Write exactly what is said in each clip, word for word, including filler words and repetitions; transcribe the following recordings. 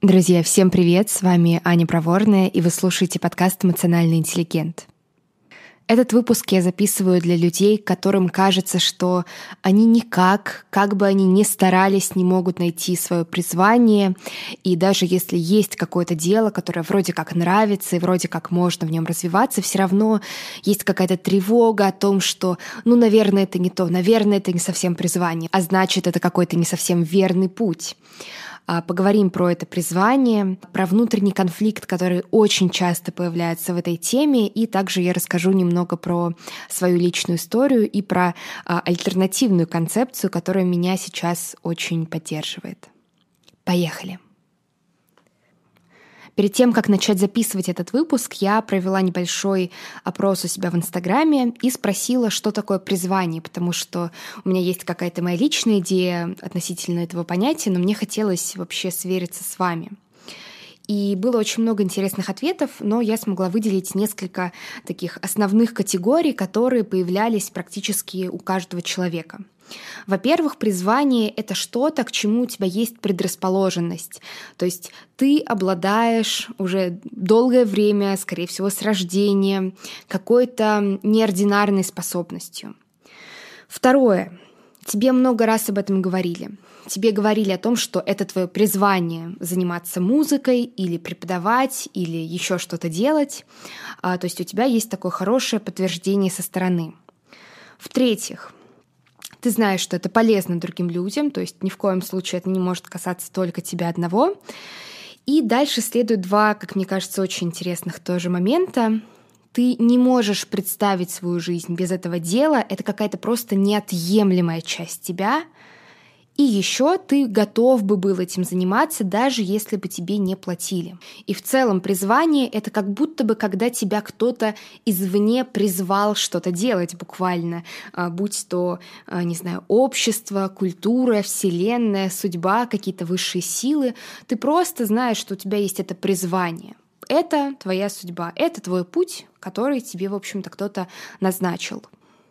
Друзья, всем привет! С вами Аня Проворная, и вы слушаете подкаст «Эмоциональный интеллигент». Этот выпуск я записываю для людей, которым кажется, что они никак, как бы они ни старались, не могут найти свое призвание. И даже если есть какое-то дело, которое вроде как нравится и вроде как можно в нем развиваться, все равно есть какая-то тревога о том, что, ну, наверное, это не то, наверное, это не совсем призвание, а значит, это какой-то не совсем верный путь. Поговорим про это призвание, про внутренний конфликт, который очень часто появляется в этой теме, и также я расскажу немного про свою личную историю и про альтернативную концепцию, которая меня сейчас очень поддерживает. Поехали! Перед тем, как начать записывать этот выпуск, я провела небольшой опрос у себя в Инстаграме и спросила, что такое призвание, потому что у меня есть какая-то моя личная идея относительно этого понятия, но мне хотелось вообще свериться с вами. И было очень много интересных ответов, но я смогла выделить несколько таких основных категорий, которые появлялись практически у каждого человека. Во-первых, призвание — это что-то, к чему у тебя есть предрасположенность. То есть ты обладаешь уже долгое время, скорее всего, с рождения, какой-то неординарной способностью. Второе. Тебе много раз об этом говорили. Тебе говорили о том, что это твое призвание — заниматься музыкой или преподавать, или еще что-то делать. То есть у тебя есть такое хорошее подтверждение со стороны. В-третьих, ты знаешь, что это полезно другим людям, то есть ни в коем случае это не может касаться только тебя одного. И дальше следуют два, как мне кажется, очень интересных тоже момента. Ты не можешь представить свою жизнь без этого дела, это какая-то просто неотъемлемая часть тебя. И еще ты готов бы был этим заниматься, даже если бы тебе не платили. И в целом призвание — это как будто бы, когда тебя кто-то извне призвал что-то делать буквально, будь то, не знаю, общество, культура, вселенная, судьба, какие-то высшие силы. Ты просто знаешь, что у тебя есть это призвание. Это твоя судьба, это твой путь, который тебе, в общем-то, кто-то назначил.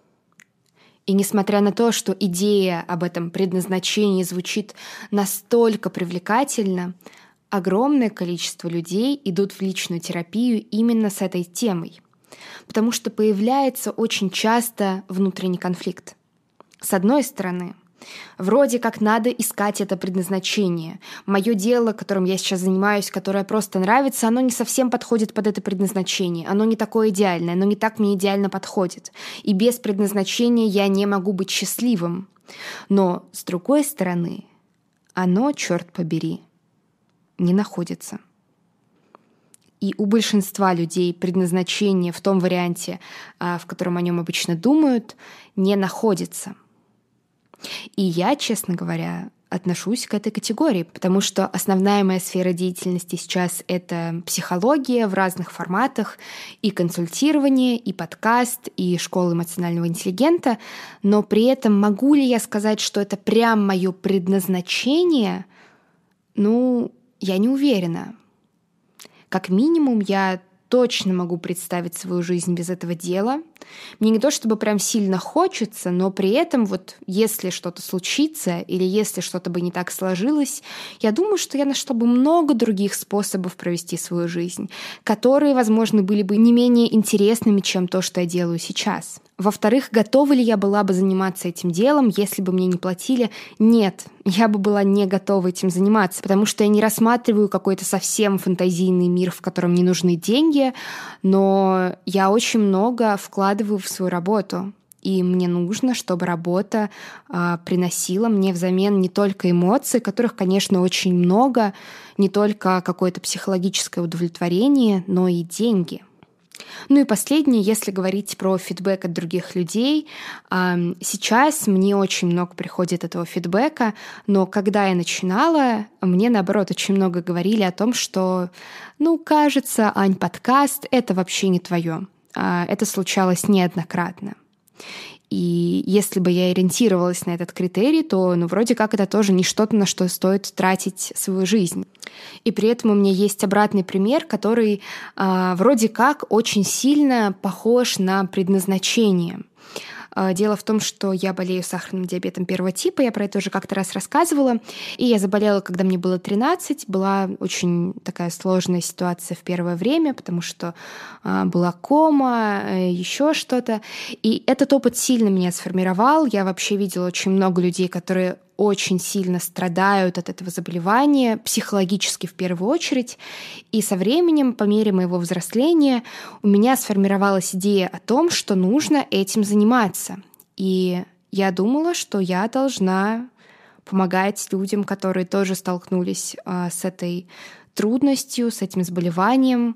И несмотря на то, что идея об этом предназначении звучит настолько привлекательно, огромное количество людей идут в личную терапию именно с этой темой, потому что появляется очень часто внутренний конфликт. С одной стороны, вроде как надо искать это предназначение. Мое дело, которым я сейчас занимаюсь, которое просто нравится, оно не совсем подходит под это предназначение. Оно не такое идеальное, оно не так мне идеально подходит. И без предназначения я не могу быть счастливым. Но, с другой стороны, оно, черт побери, не находится. И у большинства людей предназначение в том варианте, в котором о нем обычно думают, не находится. И я, честно говоря, отношусь к этой категории, потому что основная моя сфера деятельности сейчас — это психология в разных форматах, и консультирование, и подкаст, и школа эмоционального интеллигента, но при этом могу ли я сказать, что это прям мое предназначение? Ну, я не уверена. Как минимум, я точно могу представить свою жизнь без этого дела. Мне не то чтобы прям сильно хочется, но при этом вот если что-то случится или если что-то бы не так сложилось, я думаю, что я нашла бы много других способов провести свою жизнь, которые, возможно, были бы не менее интересными, чем то, что я делаю сейчас. Во-вторых, готова ли я была бы заниматься этим делом, если бы мне не платили? Нет, я бы была не готова этим заниматься, потому что я не рассматриваю какой-то совсем фантазийный мир, в котором не нужны деньги, но я очень много вкладываю в свою работу. И мне нужно, чтобы работа э, приносила мне взамен не только эмоции, которых, конечно, очень много, не только какое-то психологическое удовлетворение, но и деньги. Ну и последнее, если говорить про фидбэк от других людей, э, сейчас мне очень много приходит этого фидбэка, но когда я начинала, мне, наоборот, очень много говорили о том, что, ну, кажется, Ань, подкаст — это вообще не твое. Э, это случалось неоднократно. И если бы я ориентировалась на этот критерий, то, ну, вроде как это тоже не что-то, на что стоит тратить свою жизнь. И при этом у меня есть обратный пример, который э, вроде как очень сильно похож на предназначение. Дело в том, что я болею сахарным диабетом первого типа, я про это уже как-то раз рассказывала, и я заболела, когда мне было тринадцать. Была очень такая сложная ситуация в первое время, потому что была кома, еще что-то. И этот опыт сильно меня сформировал. Я вообще видела очень много людей, которые очень сильно страдают от этого заболевания, психологически в первую очередь. И со временем, по мере моего взросления, у меня сформировалась идея о том, что нужно этим заниматься. И я думала, что я должна помогать людям, которые тоже столкнулись а, с этой трудностью, с этим заболеванием.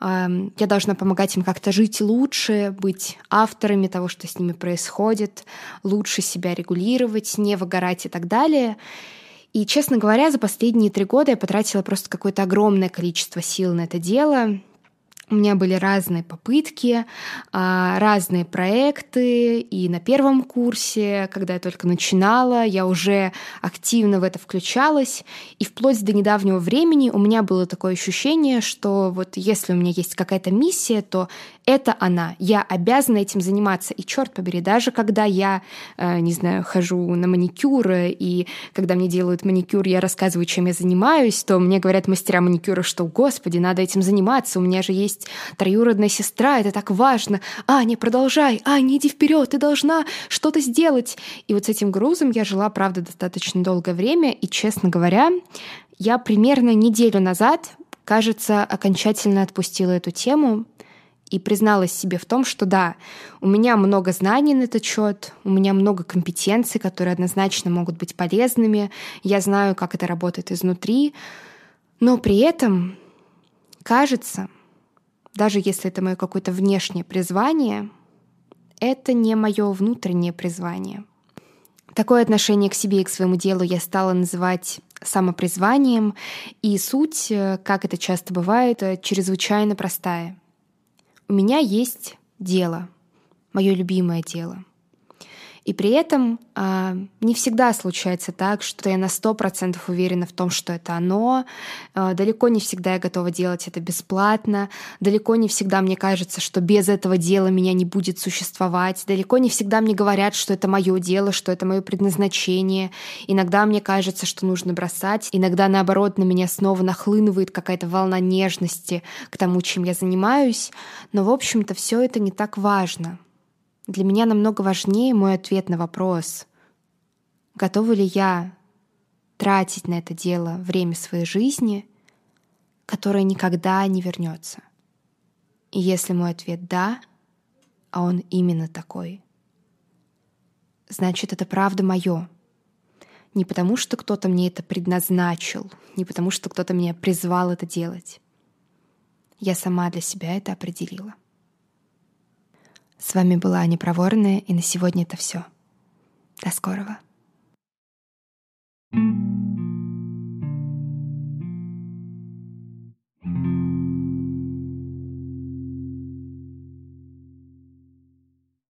Я должна помогать им как-то жить лучше, быть авторами того, что с ними происходит, лучше себя регулировать, не выгорать и так далее. И, честно говоря, за последние три года я потратила просто какое-то огромное количество сил на это дело. У меня были разные попытки, разные проекты, и на первом курсе, когда я только начинала, я уже активно в это включалась, и вплоть до недавнего времени у меня было такое ощущение, что вот если у меня есть какая-то миссия, то это она, я обязана этим заниматься, и черт побери, даже когда я, не знаю, хожу на маникюр, и когда мне делают маникюр, я рассказываю, чем я занимаюсь, то мне говорят мастера маникюра, что, господи, надо этим заниматься, у меня же есть троюродная сестра, это так важно. Аня, продолжай, Аня, иди вперед, ты должна что-то сделать. И вот с этим грузом я жила, правда, достаточно долгое время, и, честно говоря, я примерно неделю назад, кажется, окончательно отпустила эту тему и призналась себе в том, что да, у меня много знаний на этот счет, у меня много компетенций, которые однозначно могут быть полезными, я знаю, как это работает изнутри, но при этом, кажется, даже если это мое какое-то внешнее призвание, это не мое внутреннее призвание. Такое отношение к себе и к своему делу я стала называть самопризванием, и суть, как это часто бывает, чрезвычайно простая. У меня есть дело, мое любимое дело. И при этом а, не всегда случается так, что я на сто процентов уверена в том, что это оно. А, далеко не всегда я готова делать это бесплатно. Далеко не всегда мне кажется, что без этого дела меня не будет существовать. Далеко не всегда мне говорят, что это мое дело, что это мое предназначение. Иногда мне кажется, что нужно бросать. Иногда, наоборот, на меня снова нахлынывает какая-то волна нежности к тому, чем я занимаюсь. Но, в общем-то, все это не так важно. Для меня намного важнее мой ответ на вопрос, готова ли я тратить на это дело время своей жизни, которое никогда не вернется. И если мой ответ «да», а он именно такой, значит, это правда мое. Не потому, что кто-то мне это предназначил, не потому, что кто-то меня призвал это делать. Я сама для себя это определила. С вами была Аня Проворная, и на сегодня это все. До скорого. thank you